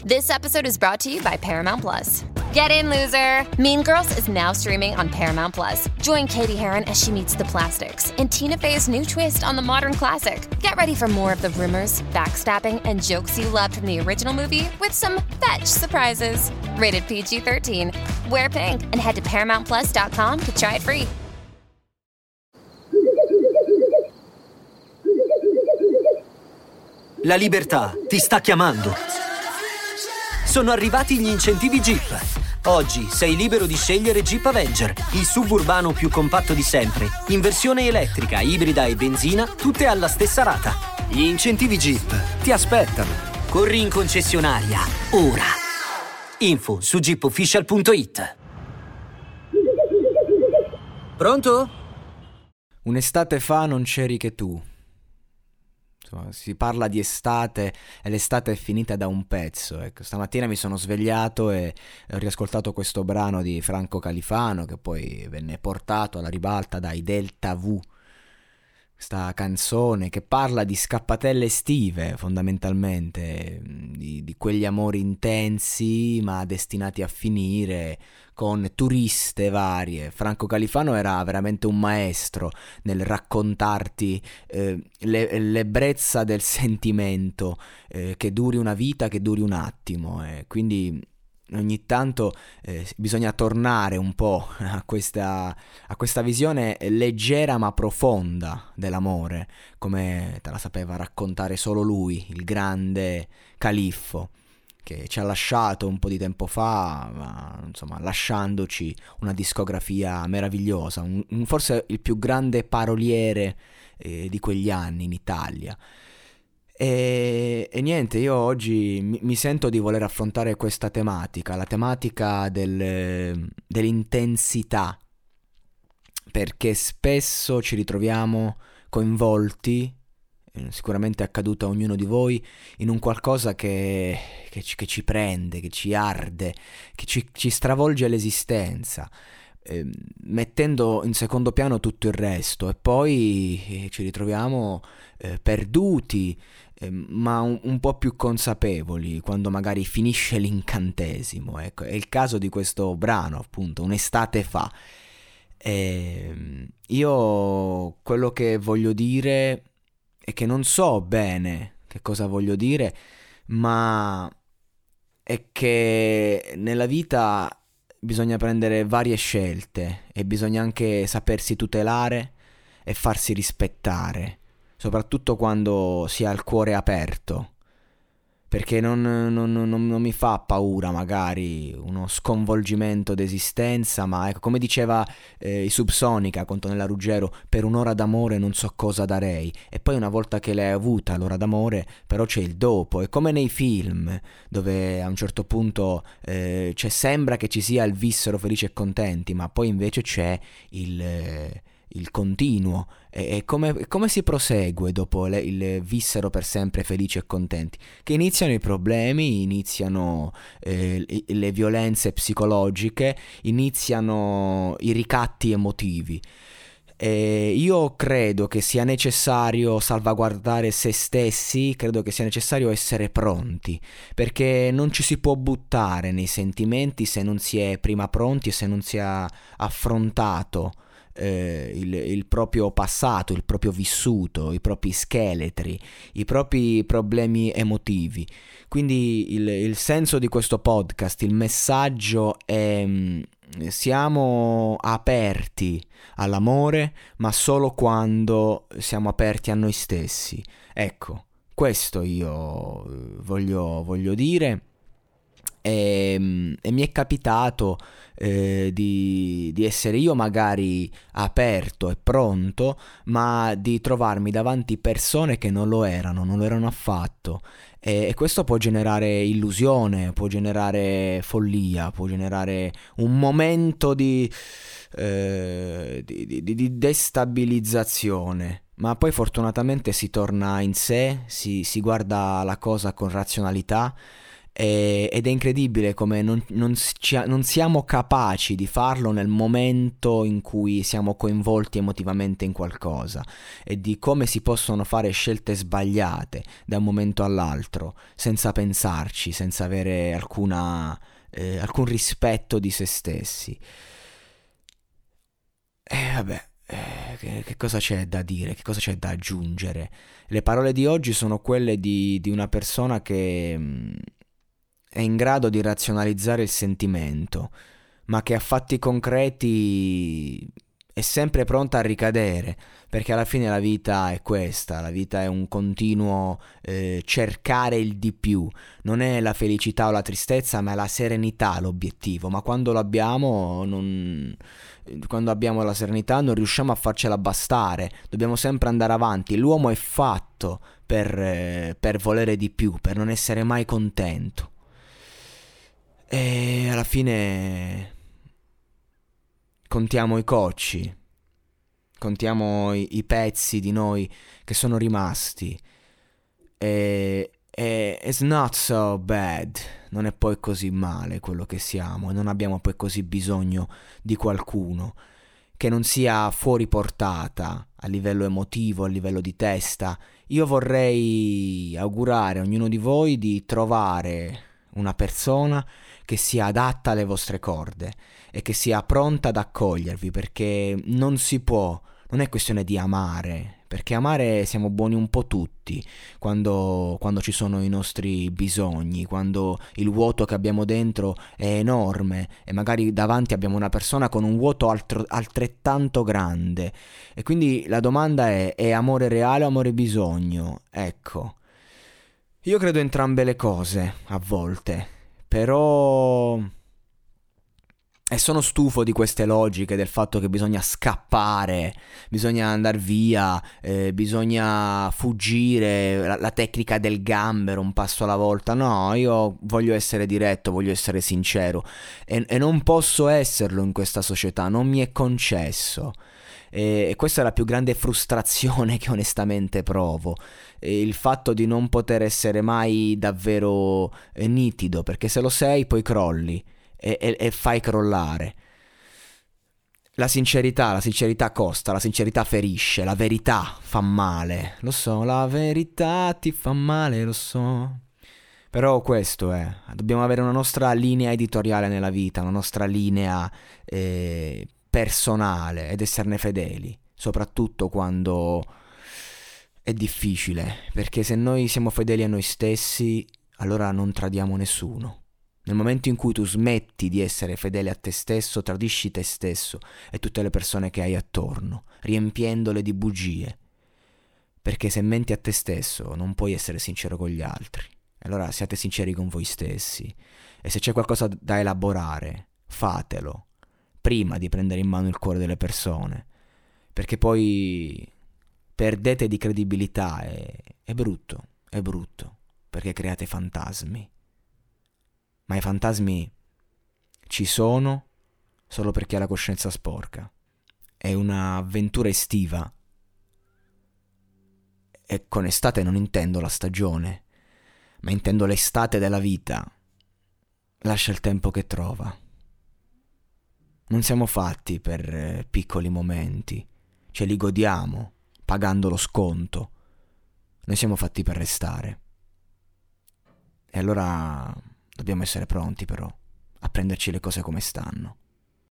This episode is brought to you by Paramount Plus. Get in, loser! Mean Girls is now streaming on Paramount Plus. Join Katie Heron as she meets the plastics in Tina Fey's new twist on the modern classic. Get ready for more of the rumors, backstabbing, and jokes you loved from the original movie with some fetch surprises. Rated PG-13. Wear pink and head to ParamountPlus.com to try it free. La libertà ti sta chiamando. Sono arrivati gli incentivi Jeep. Oggi sei libero di scegliere Jeep Avenger, il suburbano più compatto di sempre, in versione elettrica, ibrida e benzina, tutte alla stessa rata. Gli incentivi Jeep ti aspettano. Corri in concessionaria, ora. Info su jeepofficial.it. Pronto? Un'estate fa non c'eri che tu. Insomma, si parla di estate e l'estate è finita da un pezzo. Ecco, stamattina mi sono svegliato e ho riascoltato questo brano di Franco Califano, che poi venne portato alla ribalta dai Delta V. Questa canzone che parla di scappatelle estive, fondamentalmente, di quegli amori intensi ma destinati a finire, con turiste varie. Franco Califano era veramente un maestro nel raccontarti l'ebbrezza del sentimento, che duri una vita, che duri un attimo, quindi ogni tanto bisogna tornare un po' a questa visione leggera ma profonda dell'amore, come te la sapeva raccontare solo lui, il grande Califfo, che ci ha lasciato un po' di tempo fa, ma insomma lasciandoci una discografia meravigliosa, forse il più grande paroliere di quegli anni in Italia. E niente, io oggi mi sento di voler affrontare questa tematica, la tematica dell'intensità, perché spesso ci ritroviamo coinvolti, sicuramente è accaduto a ognuno di voi, in un qualcosa che ci prende, che ci arde, che ci stravolge l'esistenza, mettendo in secondo piano tutto il resto, e poi ci ritroviamo perduti, ma un po' più consapevoli quando magari finisce l'incantesimo. Ecco, è il caso di questo brano, appunto, un'estate fa. Io quello che voglio dire è che non so bene che cosa voglio dire, ma è che nella vita bisogna prendere varie scelte e bisogna anche sapersi tutelare e farsi rispettare, soprattutto quando si ha il cuore aperto, perché non mi fa paura magari uno sconvolgimento d'esistenza, ma ecco, come diceva i Subsonica con Tonella Ruggero, per un'ora d'amore non so cosa darei, e poi una volta che l'hai avuta l'ora d'amore però c'è il dopo. È come nei film dove a un certo punto sembra che ci sia il vissero felici e contenti, ma poi invece c'è il continuo. E come si prosegue dopo il vissero per sempre felici e contenti? Che iniziano i problemi, iniziano le violenze psicologiche, iniziano i ricatti emotivi. Io credo che sia necessario salvaguardare se stessi, credo che sia necessario essere pronti, perché non ci si può buttare nei sentimenti se non si è prima pronti e se non si è affrontato il proprio passato, il proprio vissuto, i propri scheletri, i propri problemi emotivi. Quindi il senso di questo podcast, il messaggio è: siamo aperti all'amore, ma solo quando siamo aperti a noi stessi. Ecco, questo io voglio dire. E mi è capitato di essere io magari aperto e pronto, ma di trovarmi davanti persone che non lo erano affatto, e questo può generare illusione, può generare follia, può generare un momento di destabilizzazione. Ma poi fortunatamente si torna in sé, si guarda la cosa con razionalità ed è incredibile come non siamo capaci di farlo nel momento in cui siamo coinvolti emotivamente in qualcosa, e di come si possono fare scelte sbagliate da un momento all'altro senza pensarci, senza avere alcun rispetto di se stessi. Vabbè, che cosa c'è da dire, che cosa c'è da aggiungere? Le parole di oggi sono quelle di una persona che è in grado di razionalizzare il sentimento, ma che a fatti concreti è sempre pronta a ricadere, perché alla fine la vita è questa, la vita è un continuo cercare il di più. Non è la felicità o la tristezza, ma è la serenità l'obiettivo, ma quando quando abbiamo la serenità non riusciamo a farcela bastare, dobbiamo sempre andare avanti. L'uomo è fatto per volere di più, per non essere mai contento. E alla fine contiamo i cocci, contiamo i pezzi di noi che sono rimasti, e it's not so bad, non è poi così male quello che siamo, e non abbiamo poi così bisogno di qualcuno che non sia fuori portata a livello emotivo, a livello di testa. Io vorrei augurare a ognuno di voi di trovare una persona che sia adatta alle vostre corde e che sia pronta ad accogliervi, perché non è questione di amare, perché amare siamo buoni un po' tutti quando ci sono i nostri bisogni, quando il vuoto che abbiamo dentro è enorme e magari davanti abbiamo una persona con un vuoto altrettanto grande, e quindi la domanda è amore reale o amore bisogno? Ecco, io credo entrambe le cose a volte, però... E sono stufo di queste logiche, del fatto che bisogna scappare, bisogna andare via, bisogna fuggire, la tecnica del gambero, un passo alla volta. No, io voglio essere diretto, voglio essere sincero, e non posso esserlo in questa società, non mi è concesso. E questa è la più grande frustrazione che onestamente provo, il fatto di non poter essere mai davvero nitido, perché se lo sei poi crolli e fai crollare. La sincerità costa, la sincerità ferisce, la verità fa male, lo so, la verità ti fa male, lo so. Però questo è, dobbiamo avere una nostra linea editoriale nella vita, una nostra linea personale, ed esserne fedeli, soprattutto quando è difficile, perché se noi siamo fedeli a noi stessi, allora non tradiamo nessuno. Nel momento in cui tu smetti di essere fedele a te stesso, tradisci te stesso e tutte le persone che hai attorno, riempiendole di bugie. Perché se menti a te stesso non puoi essere sincero con gli altri. Allora siate sinceri con voi stessi. E se c'è qualcosa da elaborare, fatelo, prima di prendere in mano il cuore delle persone. Perché poi perdete di credibilità, è brutto, perché create fantasmi. Ma i fantasmi ci sono solo perché ha la coscienza sporca. È un'avventura estiva. E con estate non intendo la stagione, ma intendo l'estate della vita. Lascia il tempo che trova. Non siamo fatti per piccoli momenti. Ce li godiamo, pagando lo sconto. Noi siamo fatti per restare. E allora... dobbiamo essere pronti però a prenderci le cose come stanno.